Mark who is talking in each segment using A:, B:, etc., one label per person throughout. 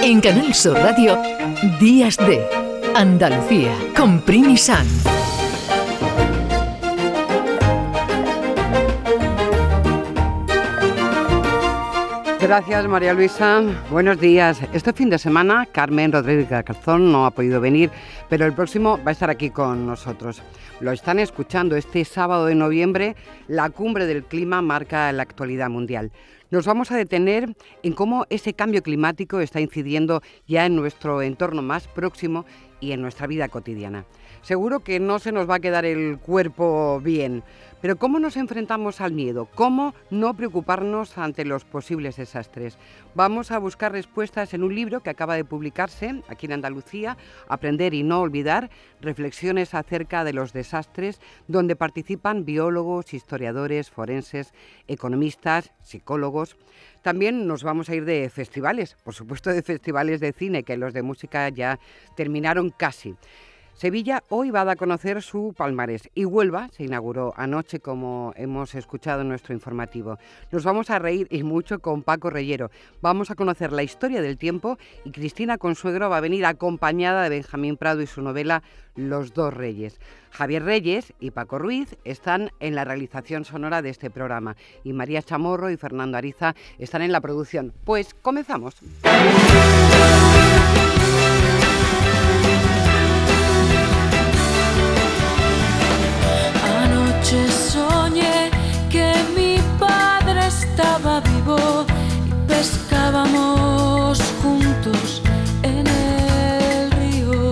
A: En Canal Sur Radio, Días de Andalucía, con Primi Sanz.
B: Gracias, María Luisa. Buenos días. Este fin de semana Carmen Rodríguez Garzón no ha podido venir, pero el próximo va a estar aquí con nosotros. Lo están escuchando este sábado de noviembre. La cumbre del clima marca la actualidad mundial. Nos vamos a detener en cómo ese cambio climático está incidiendo ya en nuestro entorno más próximo y en nuestra vida cotidiana. Seguro que no se nos va a quedar el cuerpo bien, pero ¿cómo nos enfrentamos al miedo? ¿Cómo no preocuparnos ante los posibles desastres? Vamos a buscar respuestas en un libro que acaba de publicarse aquí en Andalucía, Aprender y no olvidar, reflexiones acerca de los desastres, donde participan biólogos, historiadores, forenses, economistas, psicólogos. También nos vamos a ir de festivales, por supuesto de festivales de cine, que los de música ya terminaron casi. Sevilla hoy va a dar a conocer su palmarés y Huelva se inauguró anoche, como hemos escuchado en nuestro informativo. Nos vamos a reír y mucho con Paco Reyero. Vamos a conocer la historia del tiempo y Cristina Consuegro va a venir acompañada de Benjamín Prado y su novela Los dos reyes. Javier Reyes y Paco Ruiz están en la realización sonora de este programa y María Chamorro y Fernando Ariza están en la producción. Pues comenzamos.
C: Soñé que mi padre estaba vivo y pescábamos juntos en el río,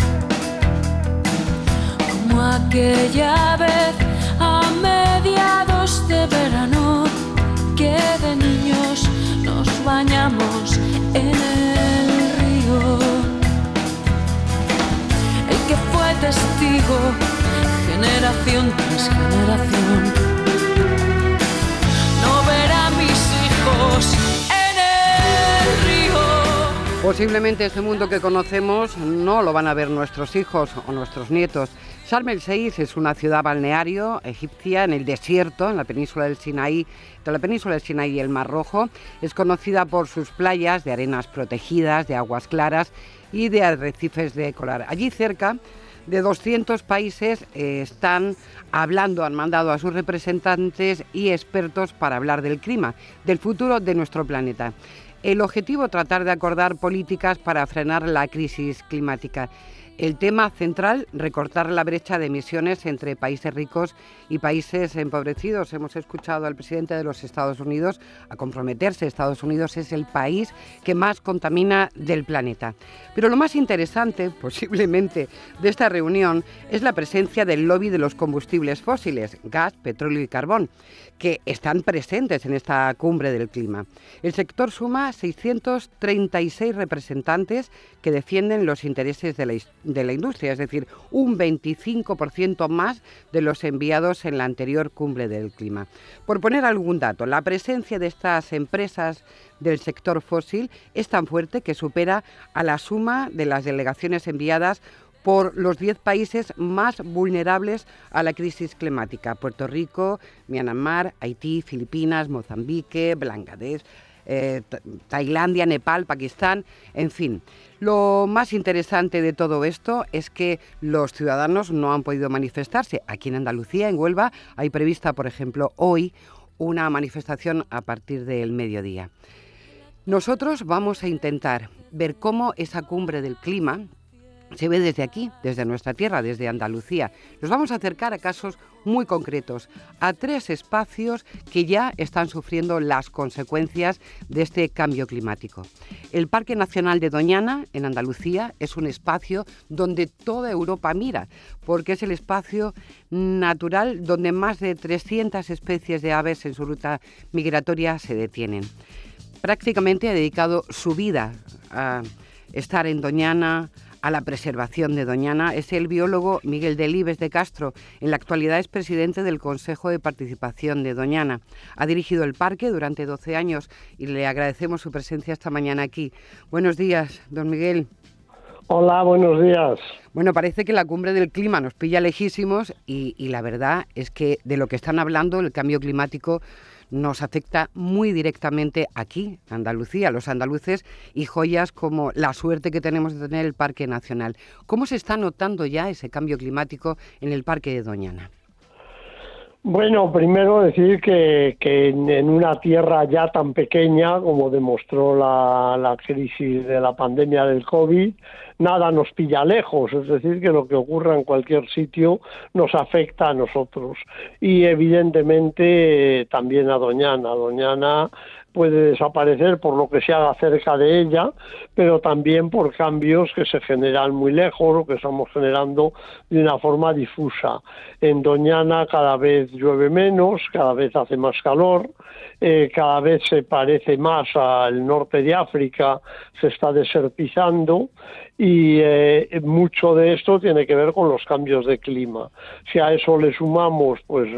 C: como aquella vez a mediados de verano que de niños nos bañamos en el río. El que fue testigo generación tras generación, no ver a mis hijos en el río.
B: Posiblemente este mundo que conocemos no lo van a ver nuestros hijos o nuestros nietos. Sharm el Sheikh es una ciudad balneario egipcia en el desierto, en la península del Sinaí, entre la península del Sinaí y el Mar Rojo. Es conocida por sus playas de arenas protegidas, de aguas claras y de arrecifes de coral. Allí cerca de 200 países están hablando, han mandado a sus representantes y expertos para hablar del clima, del futuro de nuestro planeta. El objetivo, tratar de acordar políticas para frenar la crisis climática. El tema central, recortar la brecha de emisiones entre países ricos y países empobrecidos. Hemos escuchado al presidente de los Estados Unidos a comprometerse. Estados Unidos es el país que más contamina del planeta. Pero lo más interesante, posiblemente, de esta reunión es la presencia del lobby de los combustibles fósiles, gas, petróleo y carbón, que están presentes en esta cumbre del clima. El sector suma 636 representantes que defienden los intereses de la industria, es decir, un 25% más de los enviados en la anterior cumbre del clima. Por poner algún dato, la presencia de estas empresas del sector fósil es tan fuerte que supera a la suma de las delegaciones enviadas por los 10 países más vulnerables a la crisis climática: Puerto Rico, Myanmar, Haití, Filipinas, Mozambique, Bangladesh, Tailandia, Nepal, Pakistán, en fin. Lo más interesante de todo esto es que los ciudadanos no han podido manifestarse. Aquí en Andalucía, en Huelva, hay prevista, por ejemplo, hoy una manifestación a partir del mediodía. Nosotros vamos a intentar ver cómo esa cumbre del clima se ve desde aquí, desde nuestra tierra, desde Andalucía. Nos vamos a acercar a casos muy concretos, a 3 espacios que ya están sufriendo las consecuencias de este cambio climático. El Parque Nacional de Doñana, en Andalucía, es un espacio donde toda Europa mira, porque es el espacio natural donde más de 300 especies de aves en su ruta migratoria se detienen. Prácticamente ha dedicado su vida a estar en Doñana, a la preservación de Doñana, es el biólogo Miguel Delibes de Castro. En la actualidad es presidente del Consejo de Participación de Doñana. Ha dirigido el parque durante 12 años y le agradecemos su presencia esta mañana aquí. Buenos días, don Miguel.
D: Hola, buenos días.
B: Bueno, parece que la cumbre del clima nos pilla lejísimos y la verdad es que de lo que están hablando, el cambio climático, nos afecta muy directamente aquí, Andalucía, los andaluces, y joyas como la suerte que tenemos de tener el Parque Nacional. ¿Cómo se está notando ya ese cambio climático en el Parque de Doñana?
D: Bueno, primero decir que en una tierra ya tan pequeña, como demostró la crisis de la pandemia del COVID, nada nos pilla lejos, es decir, que lo que ocurra en cualquier sitio nos afecta a nosotros. Y evidentemente también a Doñana. Doñana puede desaparecer por lo que se haga cerca de ella, pero también por cambios que se generan muy lejos o que estamos generando de una forma difusa. En Doñana cada vez llueve menos, cada vez hace más calor, cada vez se parece más al norte de África, se está desertizando y mucho de esto tiene que ver con los cambios de clima. Si a eso le sumamos pues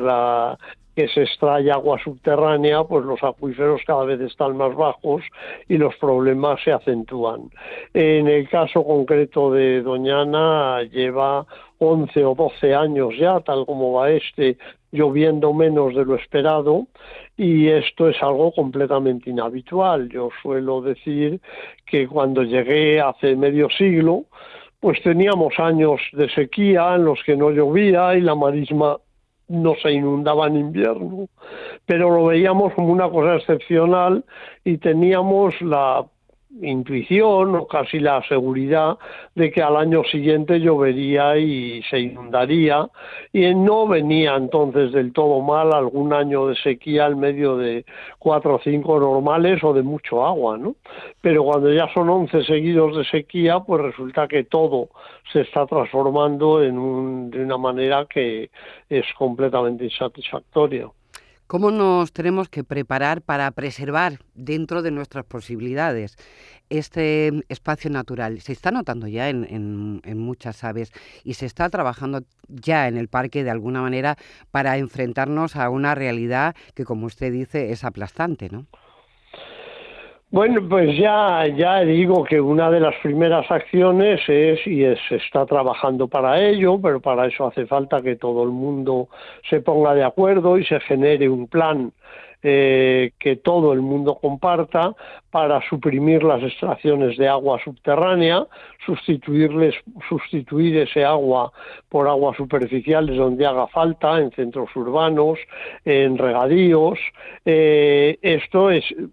D: que se extrae agua subterránea, pues los acuíferos cada vez están más bajos y los problemas se acentúan. En el caso concreto de Doñana lleva 11 o 12 años ya, tal como va lloviendo menos de lo esperado, y esto es algo completamente inhabitual. Yo suelo decir que cuando llegué hace medio siglo, pues teníamos años de sequía en los que no llovía y la marisma no se inundaba en invierno, pero lo veíamos como una cosa excepcional y teníamos la intuición o casi la seguridad de que al año siguiente llovería y se inundaría, y no venía entonces del todo mal algún año de sequía en medio de 4 o 5 normales o de mucho agua, ¿no? Pero cuando ya son 11 seguidos de sequía, pues resulta que todo se está transformando de una manera que es completamente insatisfactoria.
B: ¿Cómo nos tenemos que preparar para preservar dentro de nuestras posibilidades este espacio natural? Se está notando ya en muchas aves y se está trabajando ya en el parque de alguna manera para enfrentarnos a una realidad que, como usted dice, es aplastante, ¿no?
D: Bueno, pues ya digo que una de las primeras acciones se está trabajando para ello, pero para eso hace falta que todo el mundo se ponga de acuerdo y se genere un plan que todo el mundo comparta para suprimir las extracciones de agua subterránea, sustituir ese agua por aguas superficiales donde haga falta, en centros urbanos, en regadíos. Esto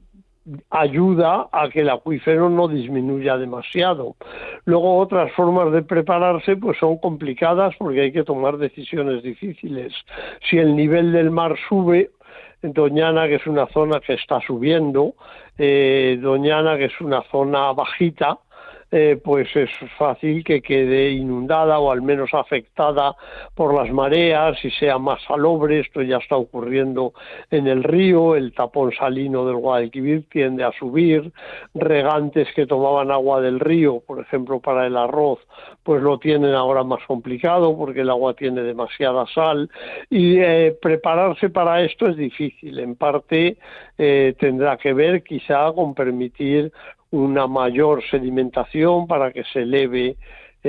D: ayuda a que el acuífero no disminuya demasiado. Luego otras formas de prepararse pues son complicadas porque hay que tomar decisiones difíciles. Si el nivel del mar sube, Doñana, que es una zona que está subiendo, Doñana, que es una zona bajita, pues es fácil que quede inundada o al menos afectada por las mareas y sea más salobre. Esto ya está ocurriendo en el río, el tapón salino del Guadalquivir tiende a subir, regantes que tomaban agua del río, por ejemplo para el arroz, pues lo tienen ahora más complicado porque el agua tiene demasiada sal y prepararse para esto es difícil. En parte tendrá que ver quizá con permitir una mayor sedimentación para que se eleve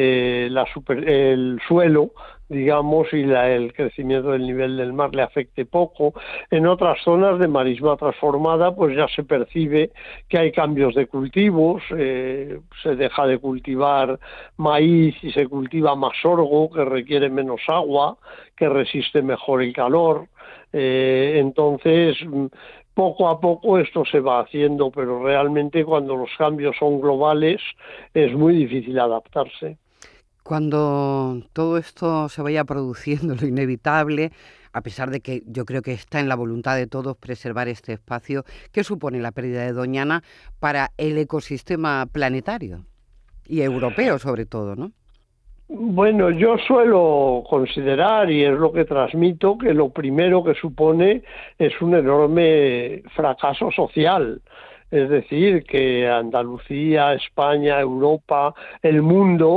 D: el suelo, digamos, y el crecimiento del nivel del mar le afecte poco. En otras zonas de marisma transformada pues ya se percibe que hay cambios de cultivos, se deja de cultivar maíz y se cultiva más sorgo, que requiere menos agua, que resiste mejor el calor. Entonces poco a poco esto se va haciendo, pero realmente cuando los cambios son globales es muy difícil adaptarse.
B: Cuando todo esto se vaya produciendo, lo inevitable, a pesar de que yo creo que está en la voluntad de todos preservar este espacio, ¿qué supone la pérdida de Doñana para el ecosistema planetario y europeo sobre todo, ¿no?
D: Bueno, yo suelo considerar, y es lo que transmito, que lo primero que supone es un enorme fracaso social. Es decir, que Andalucía, España, Europa, el mundo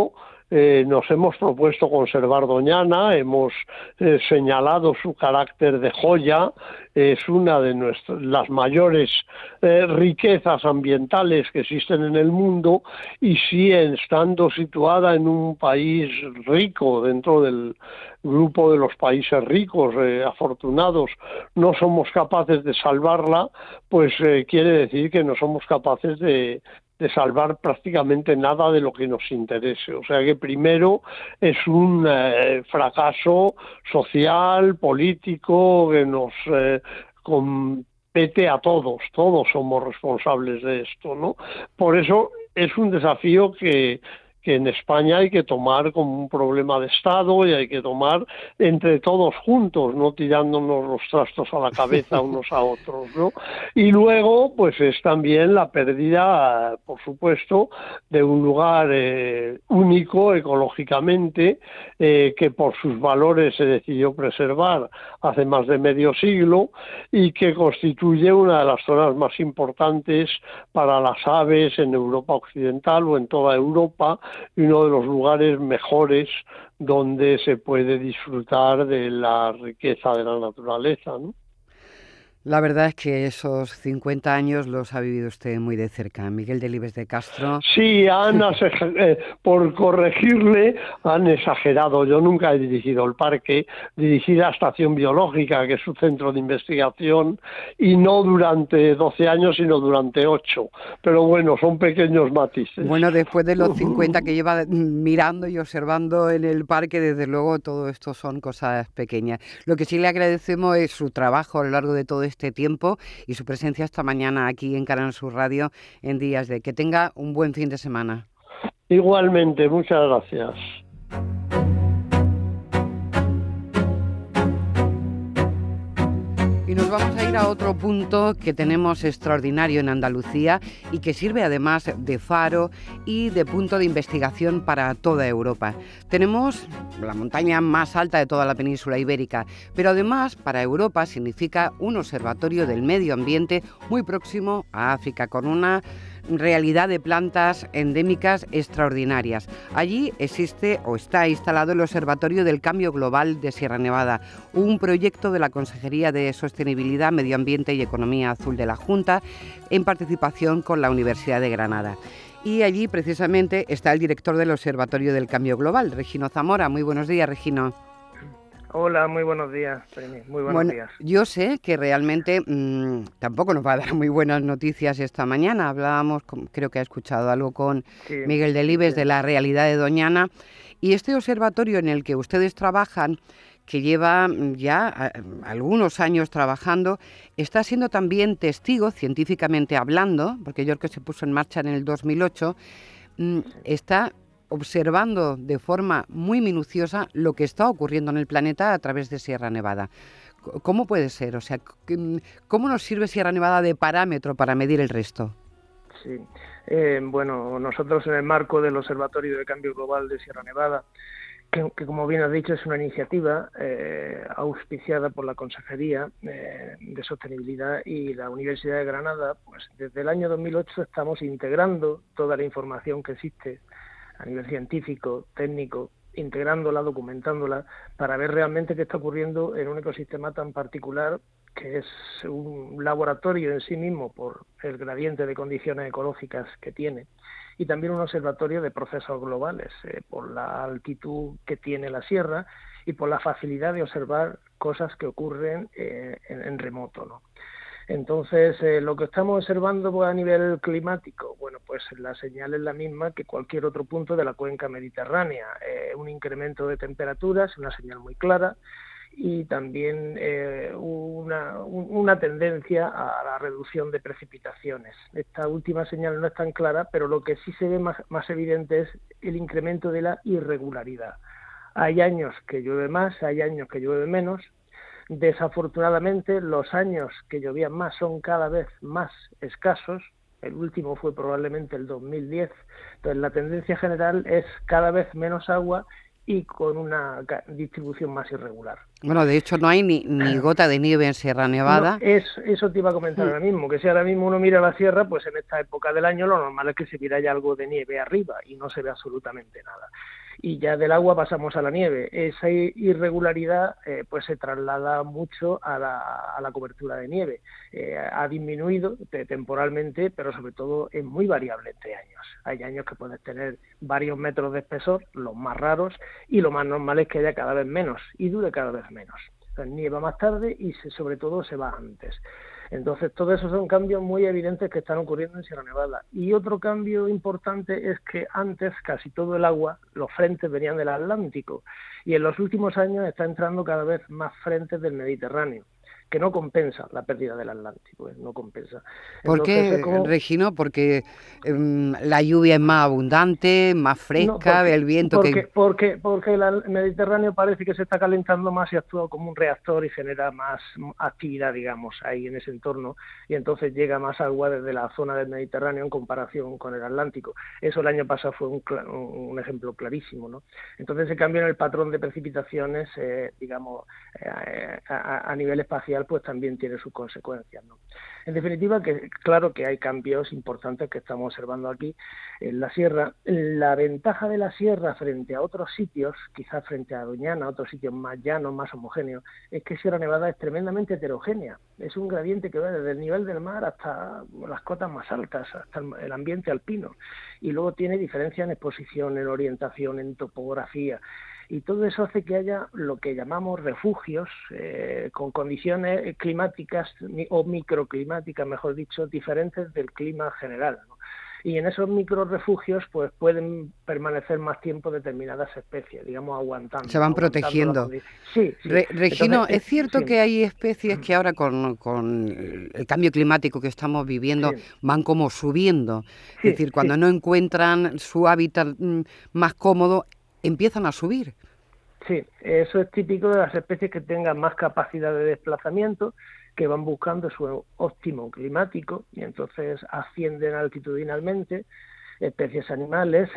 D: nos hemos propuesto conservar Doñana, hemos señalado su carácter de joya, es una de las mayores riquezas ambientales que existen en el mundo, y sí, estando situada en un país rico, dentro del grupo de los países ricos, afortunados, no somos capaces de salvarla, pues quiere decir que no somos capaces de salvar prácticamente nada de lo que nos interese. O sea que primero es un fracaso social, político, que nos compete a todos somos responsables de esto, ¿no? Por eso es un desafío que en España hay que tomar como un problema de Estado, y hay que tomar entre todos juntos, no tirándonos los trastos a la cabeza unos a otros, ¿no? Y luego, pues es también la pérdida, por supuesto, de un lugar único ecológicamente, que por sus valores se decidió preservar hace más de medio siglo, y que constituye una de las zonas más importantes para las aves en Europa Occidental o en toda Europa, y uno de los lugares mejores donde se puede disfrutar de la riqueza de la naturaleza, ¿no?
B: La verdad es que esos 50 años los ha vivido usted muy de cerca. Miguel Delibes de Castro.
D: Sí, por corregirle, han exagerado. Yo nunca he dirigido el parque, dirigí la estación biológica, que es su centro de investigación, y no durante 12 años, sino durante 8. Pero bueno, son pequeños matices.
B: Bueno, después de los 50 que lleva mirando y observando en el parque, desde luego todo esto son cosas pequeñas. Lo que sí le agradecemos es su trabajo a lo largo de todo este tiempo y su presencia esta mañana aquí en Canal Sur Radio en Días de. Que tenga un buen fin de semana.
D: Igualmente, muchas gracias.
B: Y nos vamos a ir a otro punto que tenemos extraordinario en Andalucía y que sirve además de faro y de punto de investigación para toda Europa. Tenemos la montaña más alta de toda la península ibérica, pero además para Europa significa un observatorio del medio ambiente muy próximo a África, con una realidad de plantas endémicas extraordinarias. Allí existe o está instalado el Observatorio del Cambio Global de Sierra Nevada, un proyecto de la Consejería de Sostenibilidad, Medio Ambiente y Economía Azul de la Junta, en participación con la Universidad de Granada. Y allí precisamente está el director del Observatorio del Cambio Global, Regino Zamora. Muy buenos días, Regino.
E: Hola, muy buenos días, Premi. Muy buenos días.
B: Yo sé que realmente tampoco nos va a dar muy buenas noticias esta mañana. Hablábamos, creo que ha escuchado algo con Miguel Delibes de la realidad de Doñana. Y este observatorio en el que ustedes trabajan, que lleva ya algunos años trabajando, está siendo también testigo, científicamente hablando, porque yo creo que se puso en marcha en el 2008, está observando de forma muy minuciosa lo que está ocurriendo en el planeta a través de Sierra Nevada. ¿Cómo puede ser? O sea, ¿cómo nos sirve Sierra Nevada de parámetro para medir el resto?
E: Sí, bueno, nosotros en el marco del Observatorio de Cambio Global de Sierra Nevada, que como bien has dicho es una iniciativa auspiciada por la Consejería de Sostenibilidad y la Universidad de Granada, pues desde el año 2008 estamos integrando toda la información que existe a nivel científico, técnico, integrándola, documentándola, para ver realmente qué está ocurriendo en un ecosistema tan particular, que es un laboratorio en sí mismo por el gradiente de condiciones ecológicas que tiene, y también un observatorio de procesos globales, por la altitud que tiene la sierra y por la facilidad de observar cosas que ocurren en remoto, ¿no? Entonces, lo que estamos observando pues, a nivel climático, bueno, pues la señal es la misma que cualquier otro punto de la cuenca mediterránea. Un incremento de temperaturas, una señal muy clara, y también una tendencia a la reducción de precipitaciones. Esta última señal no es tan clara, pero lo que sí se ve más evidente es el incremento de la irregularidad. Hay años que llueve más, hay años que llueve menos. Desafortunadamente, los años que llovían más son cada vez más escasos. El último fue probablemente el 2010. Entonces, la tendencia general es cada vez menos agua y con una distribución más irregular.
B: Bueno, de hecho no hay ni gota de nieve en Sierra
E: No,
B: Nevada.
E: eso te iba a comentar ahora mismo, que si ahora mismo uno mira la sierra, pues en esta época del año lo normal es que se viera ya algo de nieve arriba y no se ve absolutamente nada. Y ya del agua pasamos a la nieve. Esa irregularidad pues se traslada mucho a la cobertura de nieve. Ha disminuido temporalmente, pero sobre todo es muy variable entre años. Hay años que puedes tener varios metros de espesor, los más raros, y lo más normal es que haya cada vez menos y dure cada vez menos. Entonces, nieva más tarde y sobre todo se va antes. Entonces, todo eso son cambios muy evidentes que están ocurriendo en Sierra Nevada. Y otro cambio importante es que antes casi todo el agua, los frentes venían del Atlántico, y en los últimos años está entrando cada vez más frentes del Mediterráneo, que no compensa la pérdida del Atlántico, no compensa.
B: ¿Por
E: Entonces, es
B: qué,
E: como...
B: Regino? Porque la lluvia es más abundante, más
E: No,
B: fresca, el viento que...
E: porque el Mediterráneo parece que se está calentando más y actúa como un reactor y genera más actividad, digamos, ahí en ese entorno, y entonces llega más agua desde la zona del Mediterráneo en comparación con el Atlántico. Eso el año pasado fue un ejemplo clarísimo, ¿no? Entonces ese cambio en el patrón de precipitaciones, digamos, a nivel espacial, pues también tiene sus consecuencias, ¿no? En definitiva, que claro que hay cambios importantes que estamos observando aquí en la sierra. La ventaja de la sierra frente a otros sitios, quizás frente a Doñana, otros sitios más llanos, más homogéneos, es que Sierra Nevada es tremendamente heterogénea. Es un gradiente que va desde el nivel del mar hasta las cotas más altas, hasta el ambiente alpino. Y luego tiene diferencia en exposición, en orientación, en topografía. Y todo eso hace que haya lo que llamamos refugios con condiciones climáticas o microclimáticas, mejor dicho, diferentes del clima general, ¿no? Y en esos microrefugios pues pueden permanecer más tiempo determinadas especies, digamos,
B: Se van protegiendo.
E: Sí.
B: Regino,
E: Entonces,
B: ¿es cierto
E: sí.
B: que hay especies que ahora con el cambio climático que estamos viviendo
E: Sí.
B: van como subiendo? Es
E: Sí,
B: decir, cuando no encuentran su hábitat más cómodo, empiezan a subir.
E: Sí, eso es típico de las especies que tengan más capacidad de desplazamiento, que van buscando su óptimo climático y entonces ascienden altitudinalmente. Especies animales,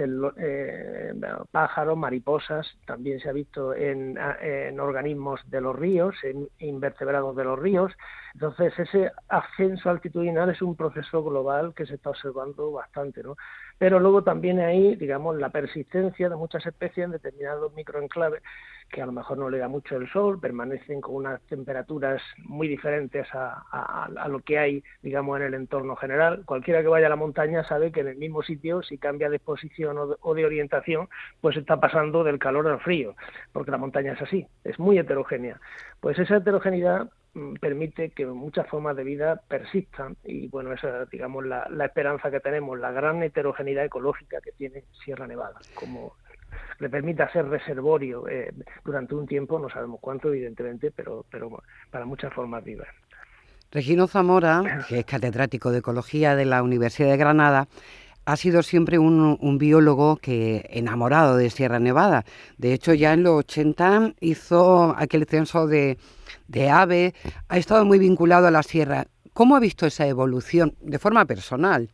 E: pájaros, mariposas, también se ha visto en organismos de los ríos, en invertebrados de los ríos. Entonces ese ascenso altitudinal es un proceso global que se está observando bastante, ¿no? Pero luego también hay, digamos, la persistencia de muchas especies en determinados microenclaves que a lo mejor no le da mucho el sol, permanecen con unas temperaturas muy diferentes a lo que hay, digamos, en el entorno general. Cualquiera que vaya a la montaña sabe que en el mismo sitio, si cambia de exposición o de orientación, pues está pasando del calor al frío, porque la montaña es así, es muy heterogénea. Pues esa heterogeneidad permite que muchas formas de vida persistan y bueno, esa es, digamos, la esperanza que tenemos, la gran heterogeneidad ecológica que tiene Sierra Nevada, como le permita ser reservorio durante un tiempo, no sabemos cuánto evidentemente, pero para muchas formas vivas.
B: Regino Zamora, que es catedrático de Ecología de la Universidad de Granada, ha sido siempre un biólogo que enamorado de Sierra Nevada. De hecho, ya en los 80 hizo aquel censo de aves, ha estado muy vinculado a la sierra. ¿Cómo ha visto esa evolución de forma personal?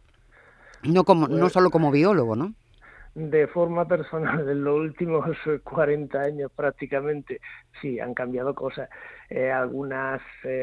B: No solo como biólogo, ¿no?
E: De forma personal, en los últimos 40 años prácticamente, sí, han cambiado cosas. Algunas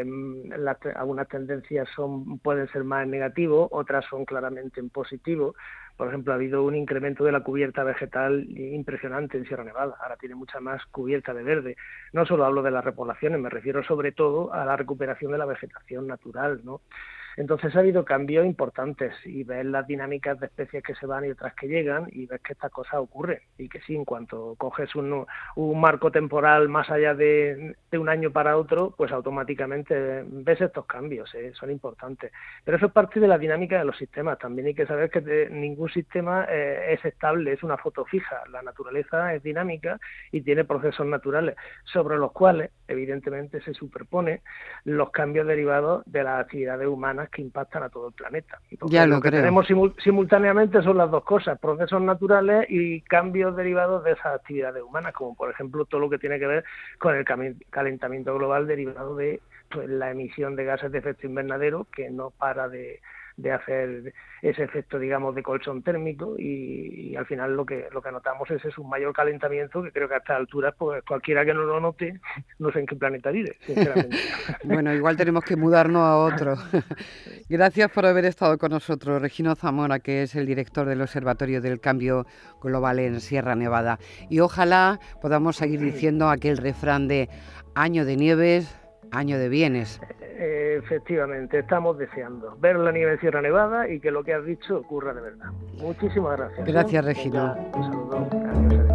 E: tendencias pueden ser más en negativo, otras son claramente en positivo. Por ejemplo, ha habido un incremento de la cubierta vegetal impresionante en Sierra Nevada. Ahora tiene mucha más cubierta de verde. No solo hablo de las repoblaciones, me refiero sobre todo a la recuperación de la vegetación natural, ¿no? Entonces ha habido cambios importantes y ves las dinámicas de especies que se van y otras que llegan y ves que estas cosas ocurren y que sí, en cuanto coges un marco temporal más allá de un año para otro, pues automáticamente ves estos cambios, son importantes. Pero eso es parte de la dinámica de los sistemas. También hay que saber que ningún sistema es estable, es una foto fija. La naturaleza es dinámica y tiene procesos naturales sobre los cuales evidentemente se superponen los cambios derivados de las actividades humanas que impactan a todo el planeta. Entonces,
B: ya
E: lo que
B: creo.
E: tenemos simultáneamente son las dos cosas, procesos naturales y cambios derivados de esas actividades humanas, como por ejemplo todo lo que tiene que ver con el calentamiento global derivado de la emisión de gases de efecto invernadero que no para de de hacer ese efecto, digamos, de colchón térmico, y al final lo que notamos es un mayor calentamiento, que creo que a estas alturas pues cualquiera que no lo note no sé en qué planeta vive, sinceramente.
B: Bueno, igual tenemos que mudarnos a otro. Gracias por haber estado con nosotros, Regino Zamora, que es el director del Observatorio del Cambio Global en Sierra Nevada. Y ojalá podamos seguir diciendo aquel refrán de año de nieves, año de bienes.
E: Efectivamente, estamos deseando ver la nieve en Sierra Nevada y que lo que has dicho ocurra de verdad. Muchísimas gracias.
B: Gracias, Regino.
E: Un saludo. Adiós.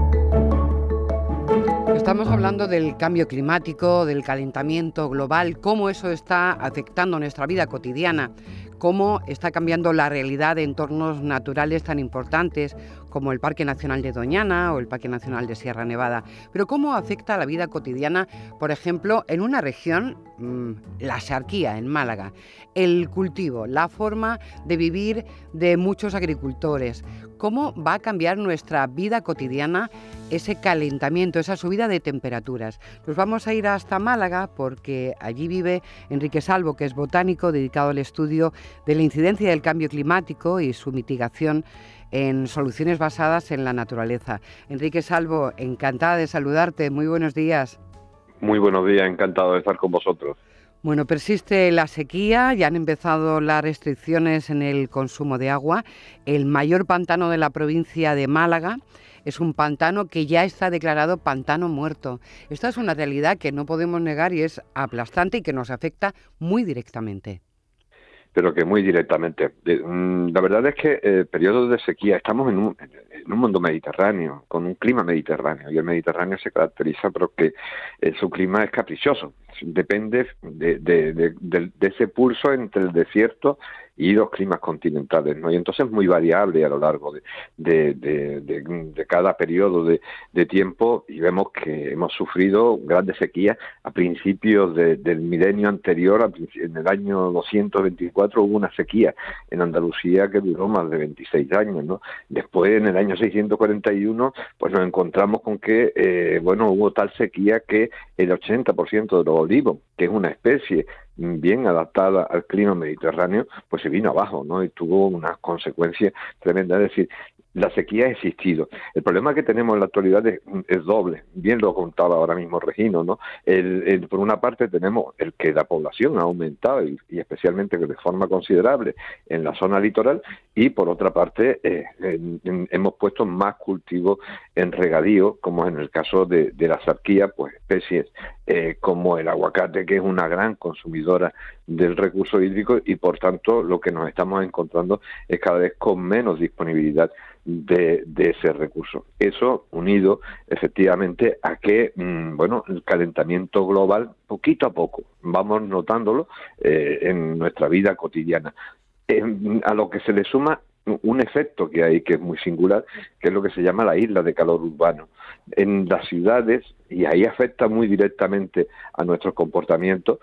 B: Estamos hablando del cambio climático, del calentamiento global, cómo eso está afectando nuestra vida cotidiana, cómo está cambiando la realidad de entornos naturales tan importantes como el Parque Nacional de Doñana o el Parque Nacional de Sierra Nevada. Pero cómo afecta a la vida cotidiana, por ejemplo, en una región, la Axarquía, en Málaga, el cultivo, la forma de vivir de muchos agricultores. ¿Cómo va a cambiar nuestra vida cotidiana ese calentamiento, esa subida de temperaturas? Nos vamos a ir hasta Málaga porque allí vive Enrique Salvo, que es botánico dedicado al estudio de la incidencia del cambio climático y su mitigación en soluciones basadas en la naturaleza. Enrique Salvo, encantada de saludarte. Muy buenos días.
F: Muy buenos días, encantado de estar con vosotros.
B: Bueno, persiste la sequía, ya han empezado las restricciones en el consumo de agua. El mayor pantano de la provincia de Málaga es un pantano que ya está declarado pantano muerto. Esta es una realidad que no podemos negar y es aplastante y que nos afecta muy directamente.
F: Pero que muy directamente. La verdad es que periodos de sequía, estamos en un mundo mediterráneo, con un clima mediterráneo, y el Mediterráneo se caracteriza porque su clima es caprichoso, depende de ese pulso entre el desierto y los climas continentales, ¿no? Y entonces es muy variable a lo largo de cada periodo de tiempo, y vemos que hemos sufrido grandes sequías a principios del milenio anterior. En el año 224 hubo una sequía en Andalucía que duró más de 26 años, ¿no? Después, en el año 641, pues nos encontramos con que, hubo tal sequía que el 80% de los olivos, que es una especie bien adaptada al clima mediterráneo, pues se vino abajo, ¿no? Y tuvo unas consecuencias tremendas. Es decir, la sequía ha existido. El problema que tenemos en la actualidad es doble. Bien lo contaba ahora mismo Regino, ¿no? Por una parte tenemos el que la población ha aumentado y especialmente de forma considerable en la zona litoral, y por otra parte hemos puesto más cultivos en regadío, como en el caso de la Axarquía, pues especies como el aguacate, que es una gran consumidora del recurso hídrico, y por tanto lo que nos estamos encontrando es cada vez con menos disponibilidad de ese recurso. Eso unido efectivamente a que el calentamiento global, poquito a poco vamos notándolo en nuestra vida cotidiana, a lo que se le suma un efecto que hay que es muy singular, que es lo que se llama la isla de calor urbano. En las ciudades, y ahí afecta muy directamente a nuestros comportamientos,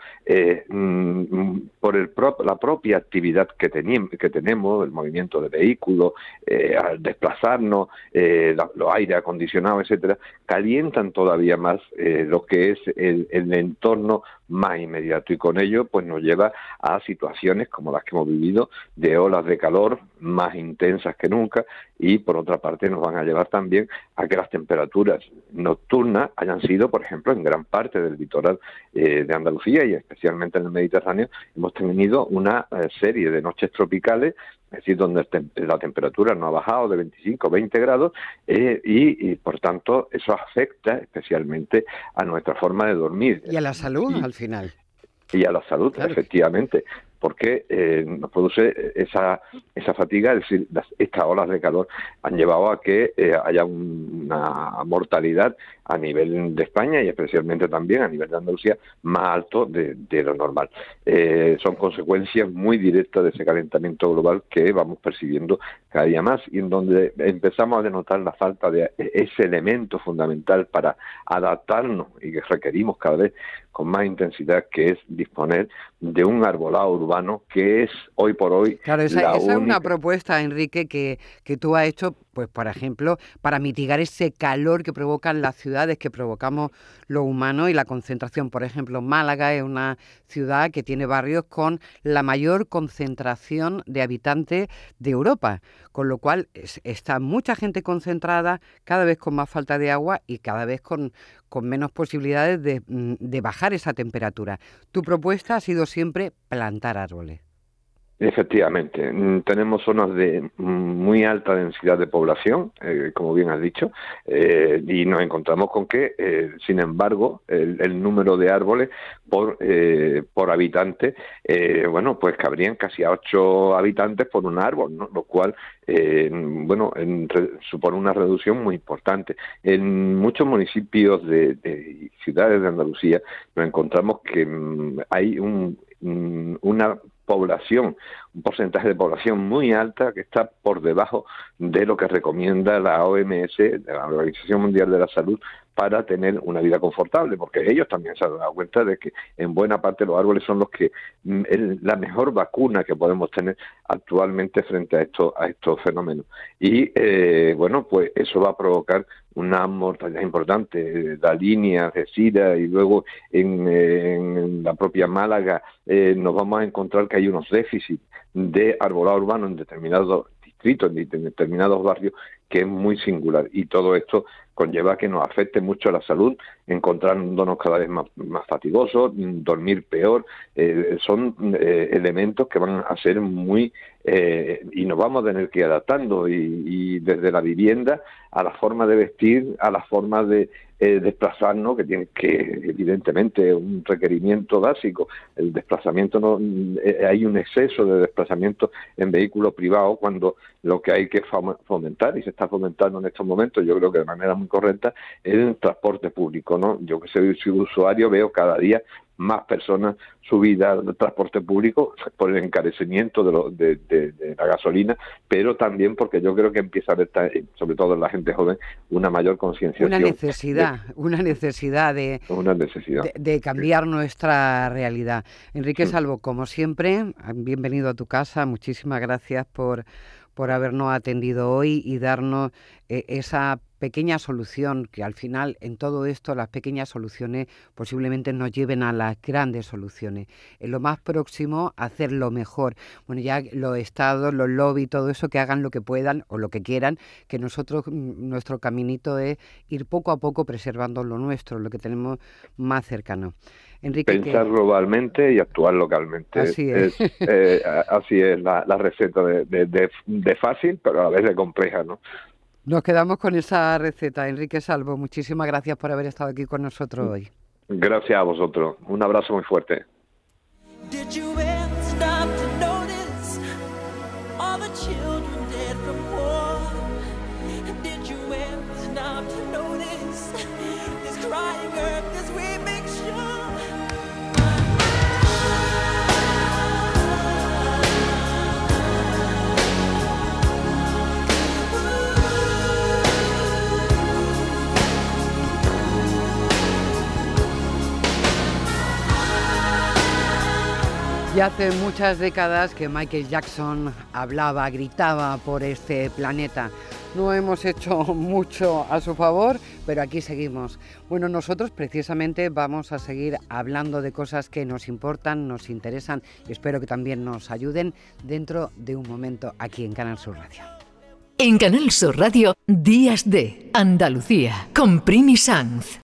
F: por la propia actividad que tenemos, el movimiento de vehículos, al desplazarnos, los aire acondicionados, etcétera, calientan todavía más lo que es el entorno más inmediato, y con ello pues nos lleva a situaciones como las que hemos vivido, de olas de calor más intensas que nunca, y por otra parte nos van a llevar también a que las temperaturas nocturnas hayan sido, por ejemplo, en gran parte del litoral de Andalucía y especialmente en el Mediterráneo, hemos tenido una serie de noches tropicales, es decir, donde la temperatura no ha bajado de 25 o 20 grados, y por tanto eso afecta especialmente a nuestra forma de dormir.
B: Y a la salud, al final.
F: Y a la salud, claro, efectivamente, porque nos produce esa fatiga. Es decir, estas olas de calor han llevado a que haya una mortalidad a nivel de España y especialmente también a nivel de Andalucía más alto de lo normal. Son consecuencias muy directas de ese calentamiento global que vamos percibiendo cada día más, y en donde empezamos a denotar la falta de ese elemento fundamental para adaptarnos y que requerimos cada vez con más intensidad, que es disponer de un arbolado urbano, que es hoy por hoy
B: esa es una propuesta, Enrique, que tú has hecho pues por ejemplo, para mitigar ese calor que provocan las ciudades, que provocamos los humanos y la concentración. Por ejemplo, Málaga es una ciudad que tiene barrios con la mayor concentración de habitantes de Europa, con lo cual está mucha gente concentrada, cada vez con más falta de agua y cada vez con menos posibilidades de bajar esa temperatura. Tu propuesta ha sido siempre plantar árboles.
F: Efectivamente, tenemos zonas de muy alta densidad de población, como bien has dicho, y nos encontramos con que, sin embargo, el número de árboles por habitante, bueno, pues cabrían casi a 8 habitantes por un árbol, ¿no? Lo cual, bueno, supone una reducción muy importante. En muchos municipios y ciudades de Andalucía nos encontramos que hay una población, un porcentaje de población muy alta que está por debajo de lo que recomienda la OMS, la Organización Mundial de la Salud, para tener una vida confortable, porque ellos también se han dado cuenta de que en buena parte los árboles son los que la mejor vacuna que podemos tener actualmente frente a estos fenómenos. Y bueno, pues eso va a provocar una mortalidad importante. La línea de Sida y luego en la propia Málaga nos vamos a encontrar que hay unos déficits de arbolado urbano en determinados distritos, en determinados barrios, que es muy singular, y todo esto conlleva que nos afecte mucho a la salud, encontrándonos cada vez más fatigosos, dormir peor, son elementos que van a ser muy y nos vamos a tener que ir adaptando, y desde la vivienda a la forma de vestir, a la forma de desplazarnos, que tiene que, evidentemente, un requerimiento básico. El desplazamiento hay un exceso de desplazamiento en vehículos privados, cuando lo que hay que fomentar, y se está fomentando en estos momentos, yo creo que de manera muy correcta, es el transporte público, ¿no? Yo que soy usuario, veo cada día más personas subidas al transporte público por el encarecimiento de la gasolina, pero también porque yo creo que empieza a haber, sobre todo en la gente joven, una mayor concienciación.
B: Una necesidad de cambiar nuestra realidad. Enrique Salvo, como siempre, bienvenido a tu casa, muchísimas gracias por habernos atendido hoy y darnos esa pequeña solución, que al final en todo esto las pequeñas soluciones posiblemente nos lleven a las grandes soluciones. En lo más próximo, hacer lo mejor. Bueno, ya los estados, los lobbies, todo eso, que hagan lo que puedan o lo que quieran, que nosotros, nuestro caminito es ir poco a poco preservando lo nuestro, lo que tenemos más cercano. Enrique,
F: pensar globalmente y actuar localmente.
B: Así es.
F: Así es la receta de fácil, pero a la vez de compleja, ¿no?
B: Nos quedamos con esa receta. Enrique Salvo, muchísimas gracias por haber estado aquí con nosotros hoy.
F: Gracias a vosotros. Un abrazo muy fuerte.
C: Did you ever stop to notice all the children dead from war? Did you ever stop to notice this crying earth as we make sure?
B: Ya hace muchas décadas que Michael Jackson hablaba, gritaba por este planeta. No hemos hecho mucho a su favor, pero aquí seguimos. Bueno, nosotros precisamente vamos a seguir hablando de cosas que nos importan, nos interesan y espero que también nos ayuden dentro de un momento aquí en Canal Sur Radio.
A: En Canal Sur Radio, Días de Andalucía, con Primi Sanz.